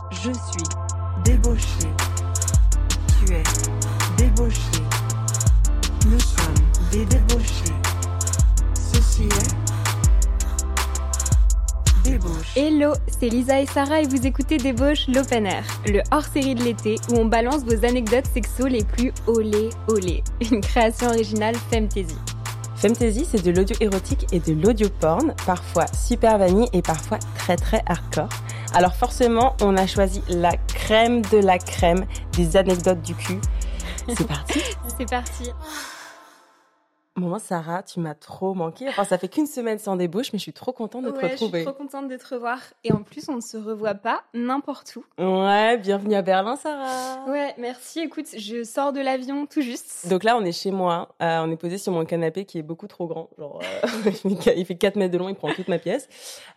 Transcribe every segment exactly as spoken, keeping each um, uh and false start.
Je suis débauché. Tu es débauché. Nous sommes des débauchés. Ceci est Débauche. Hello, c'est Lisa et Sarah et vous écoutez Débauche l'Open Air, le hors-série de l'été où on balance vos anecdotes sexo les plus olé olé. Une création originale Femtasy. Femtasy, c'est de l'audio érotique et de l'audio porn, parfois super vanille et parfois très très hardcore. Alors forcément, on a choisi la crème de la crème des anecdotes du cul. C'est parti. C'est parti. Maman Sarah, tu m'as trop manqué. Enfin, ça fait qu'une semaine sans débauche, mais je suis trop contente de te ouais, retrouver. Je suis trop contente de te revoir. Et en plus, on ne se revoit pas n'importe où. Ouais, bienvenue à Berlin, Sarah. Ouais, merci. Écoute, je sors de l'avion tout juste. Donc là, on est chez moi. Euh, on est posé sur mon canapé qui est beaucoup trop grand. Genre, euh, il fait quatre mètres de long, il prend toute ma pièce.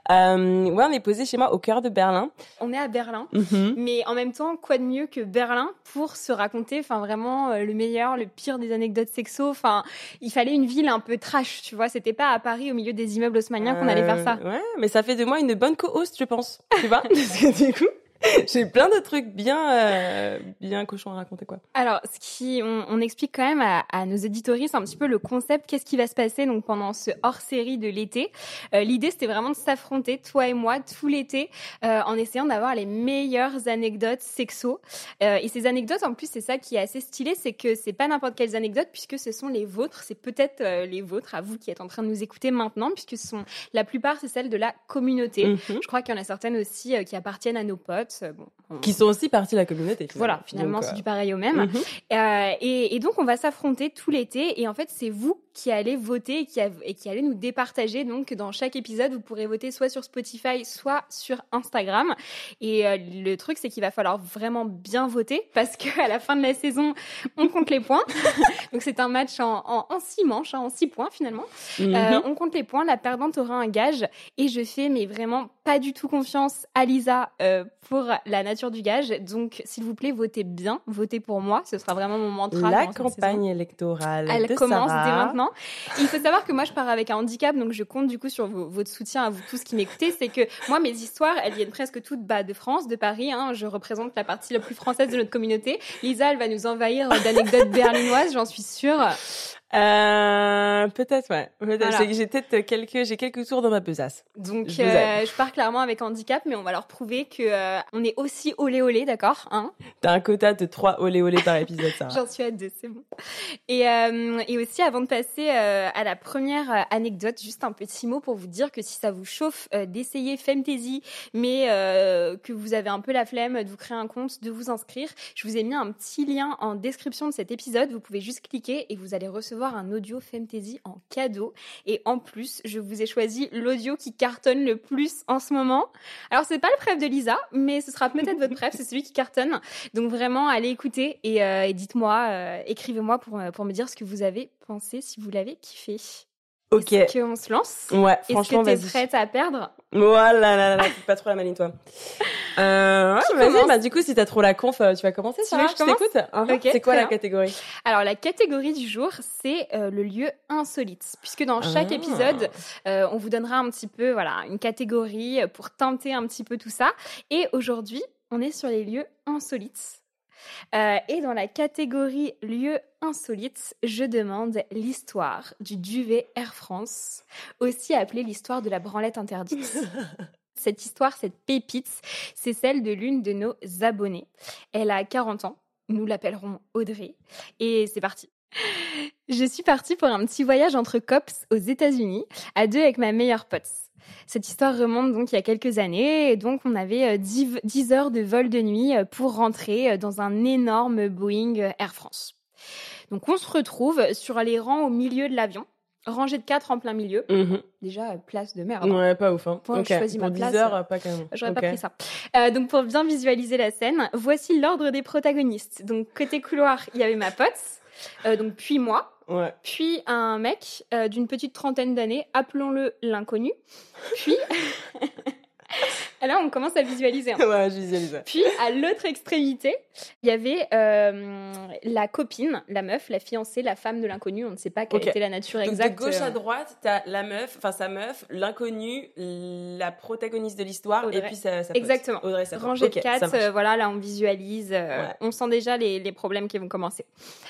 Euh, ouais, on est posé chez moi au cœur de Berlin. On est à Berlin. Mm-hmm. Mais en même temps, quoi de mieux que Berlin pour se raconter, enfin vraiment euh, le meilleur, le pire des anecdotes sexo. Enfin, il fallait une ville un peu trash, tu vois. C'était pas à Paris au milieu des immeubles haussmanniens qu'on euh, allait faire ça. Ouais, mais ça fait de moi une bonne co-host, je pense. Tu vois? Parce que du coup, j'ai plein de trucs bien, euh, bien cochons à raconter, quoi. Alors, ce qui, on, on explique quand même à, à nos auditoristes un petit peu le concept, qu'est-ce qui va se passer donc pendant ce hors-série de l'été. Euh, l'idée, c'était vraiment de s'affronter, toi et moi, tout l'été, euh, en essayant d'avoir les meilleures anecdotes sexo. Euh, et ces anecdotes, en plus, c'est ça qui est assez stylé, c'est que c'est pas n'importe quelles anecdotes, puisque ce sont les vôtres. C'est peut-être euh, les vôtres, à vous qui êtes en train de nous écouter maintenant, puisque ce sont la plupart, c'est celles de la communauté. Mm-hmm. Je crois qu'il y en a certaines aussi euh, qui appartiennent à nos potes. Bon, on... Qui sont aussi partie de la communauté. Finalement. Voilà, finalement, donc, c'est euh... du pareil au même. Mm-hmm. Euh, et, et donc, on va s'affronter tout l'été. Et en fait, c'est vous qui allez voter et qui, a, et qui allez nous départager. Donc, dans chaque épisode, vous pourrez voter soit sur Spotify, soit sur Instagram. Et euh, le truc, c'est qu'il va falloir vraiment bien voter parce qu'à la fin de la saison, on compte les points. Donc, c'est un match en, en, en six manches, hein, en six points finalement. Mm-hmm. Euh, on compte les points. La perdante aura un gage. Et je fais, mais vraiment pas du tout confiance à Lisa euh, pour la nature du gage. Donc, s'il vous plaît, votez bien. Votez pour moi. Ce sera vraiment mon mantra. La campagne électorale Elle de commence Sarah. dès maintenant. Et il faut savoir que moi, je pars avec un handicap, donc je compte du coup sur vos, votre soutien à vous tous qui m'écoutez. C'est que moi, mes histoires, elles viennent presque toutes bah, de France, de Paris. Hein. Je représente la partie la plus française de notre communauté. Lisa, elle va nous envahir d'anecdotes berlinoises, j'en suis sûre. Euh, peut-être, ouais. Peut-être. Voilà. J'ai, j'ai peut-être quelques, j'ai quelques tours dans ma besace. Donc, je, euh, je pars clairement avec handicap, mais on va leur prouver que euh, on est aussi olé olé, d'accord, hein? T'as un quota de trois olé olé par épisode, ça. J'en suis à deux, c'est bon. Et, euh, et aussi, avant de passer euh, à la première anecdote, juste un petit mot pour vous dire que si ça vous chauffe euh, d'essayer Femtasy, mais euh, que vous avez un peu la flemme de vous créer un compte, de vous inscrire, je vous ai mis un petit lien en description de cet épisode. Vous pouvez juste cliquer et vous allez recevoir un audio Femtasy en cadeau. Et en plus, je vous ai choisi l'audio qui cartonne le plus en ce moment. Alors, c'est pas le préf de Lisa, mais ce sera peut-être votre préf, c'est celui qui cartonne. Donc vraiment, allez écouter et, euh, et dites-moi, euh, écrivez-moi pour, pour me dire ce que vous avez pensé, si vous l'avez kiffé. Ok. Est-ce qu'on se lance? Ouais, franchement, vas-y. Est-ce que t'es vas-y. prête à perdre? Voilà, là, là, là, fais pas trop la maline, toi. Euh, ouais, vas-y, commence? Bah, du coup, si t'as trop la conf, tu vas commencer, ça. Je t'écoute. Uh-huh. Okay, c'est quoi la catégorie? Alors, la catégorie du jour, c'est euh, le lieu insolite. Puisque dans chaque ah. épisode, euh, on vous donnera un petit peu, voilà, une catégorie pour teinter un petit peu tout ça. Et aujourd'hui, on est sur les lieux insolites. Euh, et dans la catégorie lieux insolites, je demande l'histoire du duvet Air France, aussi appelée l'histoire de la branlette interdite. Cette histoire, cette pépite, c'est celle de l'une de nos abonnées. Elle a quarante ans, nous l'appellerons Audrey, et c'est parti. Je suis partie pour un petit voyage entre cops aux États-Unis, à deux avec ma meilleure pote. Cette histoire remonte donc il y a quelques années, et donc on avait dix heures de vol de nuit pour rentrer dans un énorme Boeing Air France. Donc on se retrouve sur les rangs au milieu de l'avion, rangée de quatre en plein milieu. Mm-hmm. Déjà, place de merde. Ouais, pas ouf. Hein. Moi, okay. je choisis pour ma place. dix heures, pas quand même. J'aurais okay. pas pris ça. Euh, donc, pour bien visualiser la scène, voici l'ordre des protagonistes. Donc, côté couloir, il y avait ma pote, euh, donc puis moi. Ouais. Puis un mec euh, d'une petite trentaine d'années, appelons-le l'inconnu. Puis Là, on commence à visualiser. Hein. Ouais, je visualise. Puis, à l'autre extrémité, il y avait euh, la copine, la meuf, la fiancée, la femme de l'inconnu. On ne sait pas quelle Ok. était la nature Donc exacte. de gauche à droite, t'as la meuf, enfin sa meuf, l'inconnu, la protagoniste de l'histoire, Audrey. et puis sa, sa pote. Exactement. Audrey, sa pote. Rangée Ok, de ça quatre, marche. euh, voilà, là, on visualise. euh, Ouais. On sent déjà les, les problèmes qui vont commencer.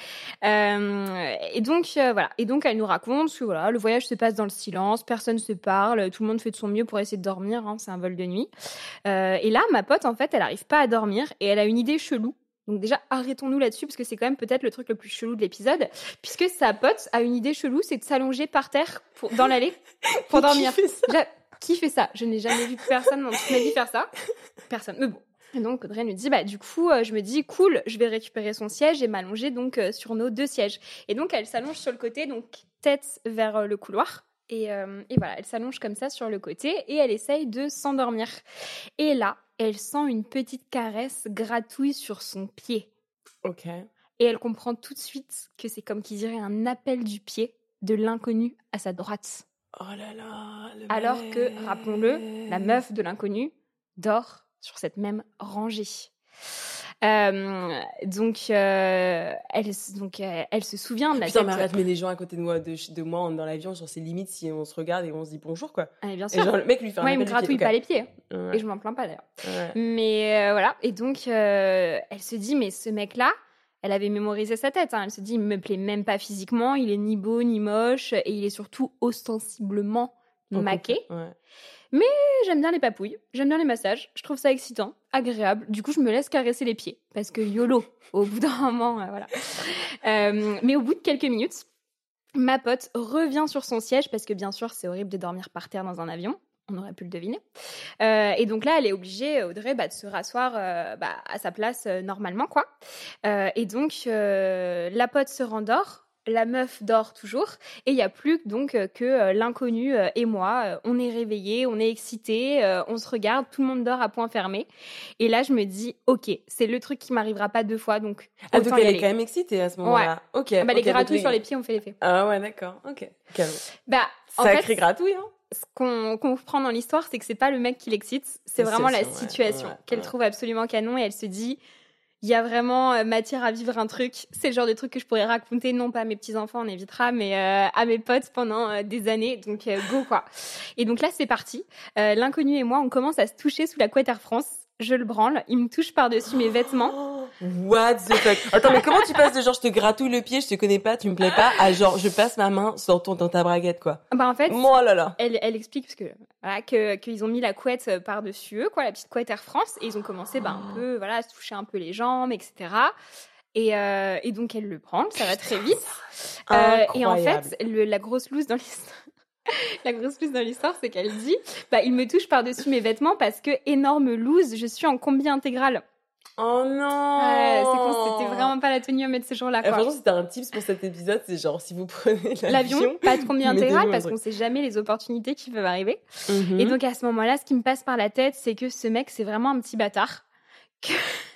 Euh, et donc, euh, voilà. Et donc, elle nous raconte que voilà, le voyage se passe dans le silence, personne ne se parle, tout le monde fait de son mieux pour essayer de dormir. Hein, c'est un vol de nuit. Euh, et là, ma pote, en fait, elle n'arrive pas à dormir et elle a une idée chelou. Donc déjà, arrêtons-nous là-dessus parce que c'est quand même peut-être le truc le plus chelou de l'épisode. Puisque sa pote a une idée chelou, c'est de s'allonger par terre pour, dans l'allée pour dormir. Qui fait ça Déjà, qui fait ça? Je n'ai jamais vu personne dans toute ma vie faire ça. Personne. Mais bon. Et donc, Audrey nous dit, bah, du coup, euh, je me dis, cool, je vais récupérer son siège et m'allonger donc euh, sur nos deux sièges. Et donc, elle s'allonge sur le côté, donc tête vers euh, le couloir. Et, euh, et voilà, elle s'allonge comme ça sur le côté et elle essaye de s'endormir. Et là, elle sent une petite caresse gratouille sur son pied. Ok. Et elle comprend tout de suite que c'est comme qui dirait un appel du pied de l'inconnu à sa droite. Oh là là. Le Alors mec. que, rappelons-le, la meuf de l'inconnu dort sur cette même rangée. Euh, donc, euh, elle, donc euh, elle se souvient de la Putain, tête. mais arrête, mais les gens à côté de moi, de, de moi on est dans l'avion, genre c'est limite si on se regarde et on se dit bonjour, quoi. Ah, bien Et sûr. genre le mec lui fait un Moi, il me appel du pied. gratouille Ok. pas les pieds. Ouais. Et je m'en plains pas d'ailleurs. Ouais. Mais euh, voilà. Et donc, euh, elle se dit, mais ce mec-là, elle avait mémorisé sa tête. Hein. Elle se dit, il me plaît même pas physiquement, il est ni beau ni moche, et il est surtout ostensiblement En maqué. couple. Ouais. Et j'aime bien les papouilles, j'aime bien les massages, je trouve ça excitant, agréable. Du coup, je me laisse caresser les pieds parce que YOLO, au bout d'un moment, euh, voilà. Euh, mais au bout de quelques minutes, ma pote revient sur son siège parce que bien sûr, c'est horrible de dormir par terre dans un avion. On aurait pu le deviner. Euh, et donc là, elle est obligée, Audrey, bah, de se rasseoir euh, bah, à sa place euh, normalement, quoi. Euh, et donc, euh, la pote se rendort. La meuf dort toujours et il n'y a plus donc euh, que euh, l'inconnu euh, et moi. Euh, on est réveillés, on est excités, euh, on se regarde, tout le monde dort à point fermé. Et là, je me dis, ok, c'est le truc qui m'arrivera pas deux fois, donc Ah, autant donc y elle est aller. quand même excitée à ce moment-là. Ok. Ah bah, les ok, donc gratouilles les- sur les pieds ont fait l'effet. Ah ouais, d'accord. Ok. Calme. Bah, en Sacré fait, gratouille, hein. ce qu'on comprend dans l'histoire, c'est que c'est pas le mec qui l'excite, c'est vraiment la Situation, ouais, situation ouais, qu'elle ouais. trouve absolument canon et elle se dit, il y a vraiment euh, matière à vivre un truc. C'est le genre de truc que je pourrais raconter, non pas à mes petits-enfants, on évitera, mais euh, à mes potes pendant euh, des années. Donc, euh, go, quoi. Et donc là, c'est parti. Euh, L'inconnu et moi, on commence à se toucher sous la couette Air France. Je le branle, il me touche par-dessus mes vêtements. Oh, what the fuck. Attends, mais comment tu passes de genre je te gratouille le pied, je te connais pas, tu me plais pas, à genre je passe ma main sur ton, dans ta braguette, quoi. Bah, en fait, Moi, là là. elle, elle explique parce que voilà, que qu'ils ont mis la couette euh, par-dessus eux, quoi, la petite couette Air France, et ils ont commencé bah, un peu, voilà, à se toucher un peu les jambes, et cetera. Et, euh, et donc elle le prend, ça va très vite. Euh, et en Incroyable. fait, le, la grosse loose dans l'histoire, la grosse loose dans l'histoire, c'est qu'elle dit, bah, il me touche par-dessus mes vêtements parce que énorme loose, je suis en combi intégral. Oh non. Ouais, c'est con, c'était vraiment pas la tenue à mettre ce jour-là, Eh, quoi. franchement, c'était un tips pour cet épisode, c'est genre si vous prenez l'avion, L'avion, pas de combi mettez-vous intégral un parce truc. qu'on sait jamais les opportunités qui peuvent arriver. Mhm. Et donc à ce moment-là, ce qui me passe par la tête, c'est que ce mec, c'est vraiment un petit bâtard. Que-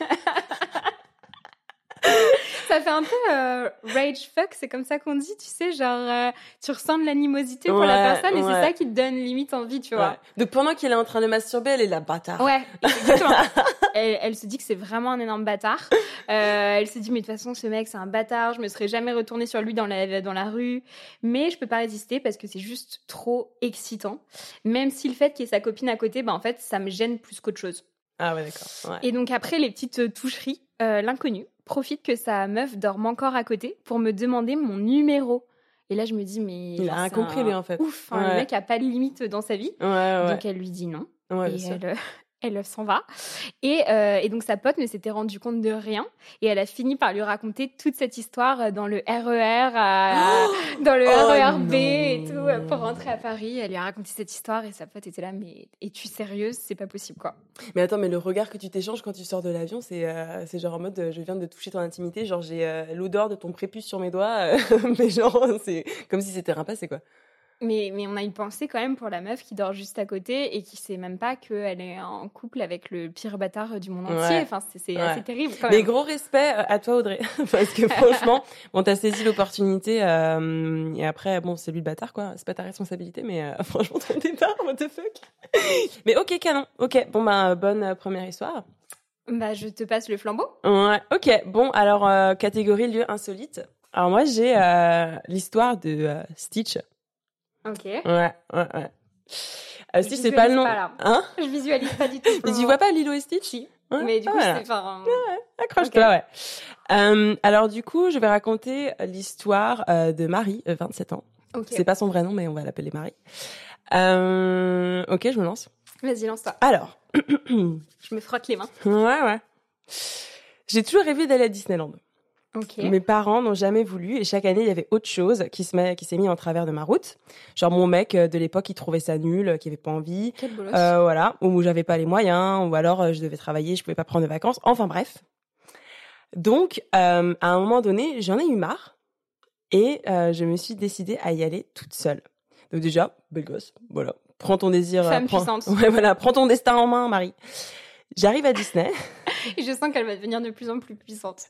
Ça fait un peu euh, rage fuck, c'est comme ça qu'on dit, tu sais, genre euh, tu ressens de l'animosité pour la Ouais, personne et ouais. c'est ça qui te donne limite envie, tu Ouais. vois. Donc pendant qu'il est en train de masturber, elle est la bâtard. Ouais, exactement. elle, elle se dit que c'est vraiment un énorme bâtard. Euh, elle se dit mais de toute façon ce mec c'est un bâtard, je me serais jamais retournée sur lui dans la dans la rue, mais je peux pas résister parce que c'est juste trop excitant. Même si le fait qu'il y ait sa copine à côté, bah en fait ça me gêne plus qu'autre chose. Ah ouais, d'accord. Ouais. Et donc après les petites toucheries, euh, l'inconnu profite que sa meuf dorme encore à côté pour me demander mon numéro. Et là je me dis mais Il a genre, rien c'est compris, un lui, en fait. Ouf, hein, Ouais. le mec a pas de limite dans sa vie. Ouais, ouais. Donc elle lui dit non. Ouais, et bien sûr. elle, euh, elle s'en va. Et, euh, et donc sa pote ne s'était rendu compte de rien. Et elle a fini par lui raconter toute cette histoire dans le R E R, à- dans le Oh R E R B non. et tout, euh, pour rentrer à Paris. Elle lui a raconté cette histoire et sa pote était là, mais es-tu sérieuse? C'est pas possible, quoi. Mais attends, mais le regard que tu t'échanges quand tu sors de l'avion, c'est euh, c'est genre en mode euh, je viens de toucher ton intimité, genre j'ai euh, l'odeur de ton prépuce sur mes doigts, euh, mais genre c'est comme si c'était rien passé, quoi. Mais, mais on a une pensée quand même pour la meuf qui dort juste à côté et qui sait même pas qu'elle est en couple avec le pire bâtard du monde entier. Ouais. Enfin, c'est, c'est Ouais. assez terrible quand même. Mais gros respect à toi, Audrey. Parce que franchement, bon, t'as saisi l'opportunité, euh, et après, bon, c'est lui le bâtard, quoi. C'est pas ta responsabilité, mais euh, franchement, ton départ, what the fuck. Mais ok, canon. Ok, bon, bah, bonne euh, première histoire. Bah, je te passe le flambeau. Ouais, ok. Bon, alors, euh, catégorie lieu insolite. Alors moi, j'ai euh, l'histoire de euh, Stitch. Ok. Ouais, ouais, ouais. Euh, Stitch, c'est visualise pas le nom. pas, là. Hein? Je visualise pas du tout. Mais tu vois pas Lilo et Stitch? Si. Ouais. Mais du coup, Ah, voilà. c'est... Enfin, Accroche-toi, Ok. ouais. Euh, alors du coup, je vais raconter l'histoire euh, de Marie, euh, vingt-sept ans. ok. C'est pas son vrai nom, mais on va l'appeler Marie. Euh, ok, je me lance. Vas-y, lance-toi. Alors, Je me frotte les mains. ouais, ouais. J'ai toujours rêvé d'aller à Disneyland. Ok. Mes parents n'ont jamais voulu et chaque année, il y avait autre chose qui se met, qui s'est mis en travers de ma route. Genre mon mec euh, de l'époque, il trouvait ça nul, euh, qui avait pas envie. Quel bolos. Euh, voilà, ou j'avais pas les moyens, ou alors euh, je devais travailler, je pouvais pas prendre de vacances. Enfin bref. Donc, euh, à un moment donné, j'en ai eu marre et euh, je me suis décidée à y aller toute seule. Donc déjà, belle gosse, voilà. Prends ton désir. Femme euh, prends... puissante. Ouais, voilà, prends ton destin en main, Marie. J'arrive à Disney. Et je sens qu'elle va devenir de plus en plus puissante.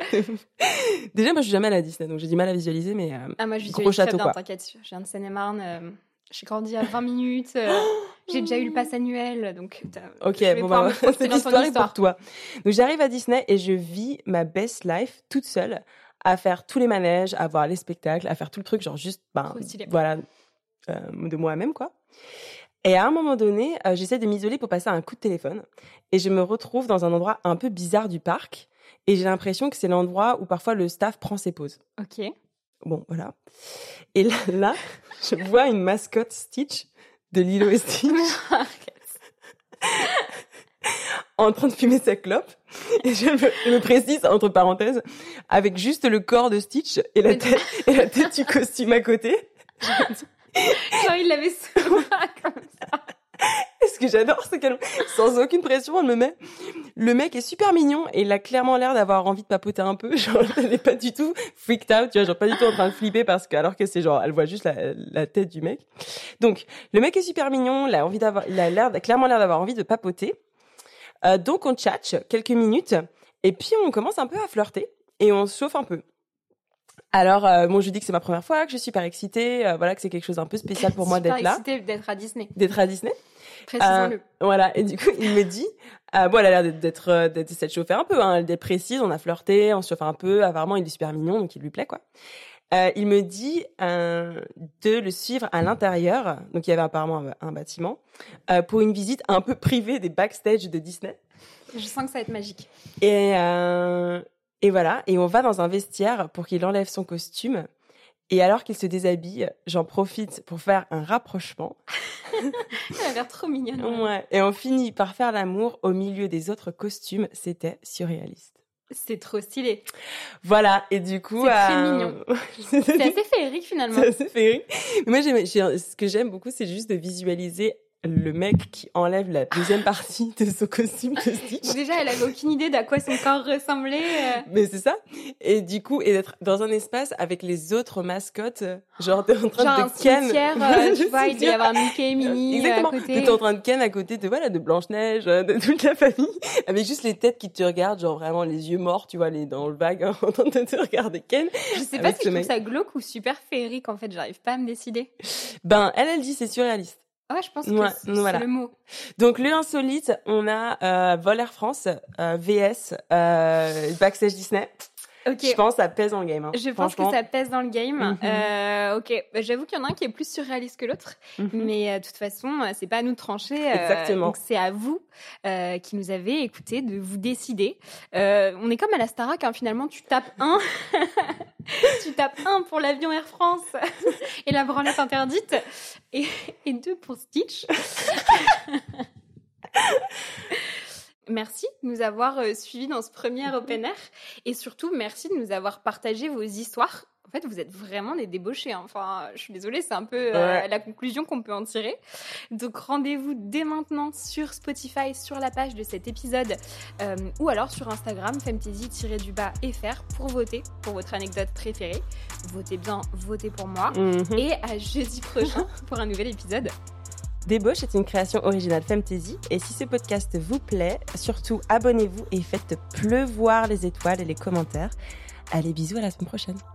Déjà, moi, je suis jamais allée à Disney, donc j'ai du mal à visualiser, mais euh, Ah, moi, je gros visualise très château, bien, quoi. t'inquiète. Je viens de Seine-et-Marne. euh, J'ai grandi à vingt minutes. euh, J'ai déjà eu le pass annuel. Donc, t'as- Ok, je vais bon pouvoir bah, me projeter cette dans ton histoire est histoire. pour toi. Donc j'arrive à Disney et je vis ma best life toute seule, à faire tous les manèges, à voir les spectacles, à faire tout le truc, genre juste, ben, Trop stylé. voilà, euh, de moi-même, quoi. Et à un moment donné, euh, j'essaie de m'isoler pour passer un coup de téléphone et je me retrouve dans un endroit un peu bizarre du parc et j'ai l'impression que c'est l'endroit où parfois le staff prend ses pauses. Ok. Bon, voilà. Et là, là je vois une mascotte Stitch de Lilo et Stitch en train de fumer sa clope. Et je me, je me précise, entre parenthèses, avec juste le corps de Stitch et la Mais tête, et la tête du costume à côté. Genre, il l'avait sous le bras comme ça. Et ce que j'adore, c'est qu'elle, sans aucune pression, elle me met. Le mec est super mignon et il a clairement l'air d'avoir envie de papoter un peu. Genre, elle est pas du tout freaked out, tu vois, genre pas du tout en train de flipper parce que, alors que c'est genre, elle voit juste la, la tête du mec. Donc, le mec est super mignon, il a envie d'avoir, il a l'air, clairement l'air d'avoir envie de papoter. Euh, donc, on tchatche quelques minutes et puis on commence un peu à flirter et on se chauffe un peu. Alors, euh, bon, je lui dis que c'est ma première fois, que je suis super excitée, euh, voilà, que c'est quelque chose d'un peu spécial pour moi Super d'être là, excitée d'être à Disney. d'être à Disney. Précisons-le. Euh, voilà, et du coup, il me dit, euh, bon, elle a l'air d'être, d'être, euh, d'être, de s'être chauffée un peu, hein, d'être précise, on a flirté, on se chauffe un peu, apparemment, il est super mignon, donc il lui plaît, quoi. Euh, il me dit euh, de le suivre à l'intérieur, donc il y avait apparemment un, un bâtiment, euh, pour une visite un peu privée des backstage de Disney. Je sens que ça va être magique. Et, euh, et voilà, et on va dans un vestiaire pour qu'il enlève son costume. Et alors qu'il se déshabille, j'en profite pour faire un rapprochement. Elle a l'air trop mignonne. Ouais. Ouais. Et on finit par faire l'amour au milieu des autres costumes. C'était surréaliste. C'est trop stylé. Voilà. Et du coup, C'est très euh... mignon. C'est assez féerique finalement. C'est assez féerique. Mais moi, j'aime, j'ai, ce que j'aime beaucoup, c'est juste de visualiser le mec qui enlève la deuxième partie de son costume de Stitch. Déjà, elle avait aucune idée d'à quoi son corps ressemblait. euh. Mais c'est ça. Et du coup, et d'être dans un espace avec les autres mascottes, genre t'es en train Genre un de ken. cimetière, euh, tu vois, il doit y avoir Mickey, Minnie Exactement. à côté. T'es en train de ken à côté de voilà de Blanche-Neige, euh, de toute la famille, avec juste les têtes qui te regardent, genre vraiment les yeux morts, tu vois, les dans le vague, hein, en train de te regarder ken. Je sais pas avec si ce je trouve mec. ça glauque ou super féerique en fait, j'arrive pas à me décider. Ben elle, elle dit c'est surréaliste. Ouais, je pense que Ouais, c'est voilà. le mot. Donc le insolite, on a euh, Vol Air France, euh, V S, euh, Backstage Disney. Ok. Je pense que ça pèse dans le game. Hein, Je pense que franchement. ça pèse dans le game. Mhm. Euh, ok, bah, j'avoue qu'il y en a un qui est plus surréaliste que l'autre, Mhm. mais euh, de toute façon, euh, c'est pas à nous de trancher. euh, Exactement. Donc c'est à vous euh, qui nous avez écouté de vous décider. Euh, on est comme à la Starac, hein, finalement, tu tapes un, tu tapes un pour l'avion Air France et la branlette interdite, et, et deux pour Stitch. Merci de nous avoir euh, suivis dans ce premier open air et surtout merci de nous avoir partagé vos histoires en fait, vous êtes vraiment des débauchés. Hein. Enfin, je suis désolée, c'est un peu euh, Ouais. la conclusion qu'on peut en tirer. Donc, rendez-vous dès maintenant sur Spotify, sur la page de cet épisode, euh, ou alors sur Instagram, femtasy-du-bas F R, pour voter pour votre anecdote préférée. Votez bien, votez pour moi. Mhm. Et à jeudi prochain pour un nouvel épisode. Débauche est une création originale Femtasy et si ce podcast vous plaît, surtout abonnez-vous et faites pleuvoir les étoiles et les commentaires. Allez, bisous, à la semaine prochaine.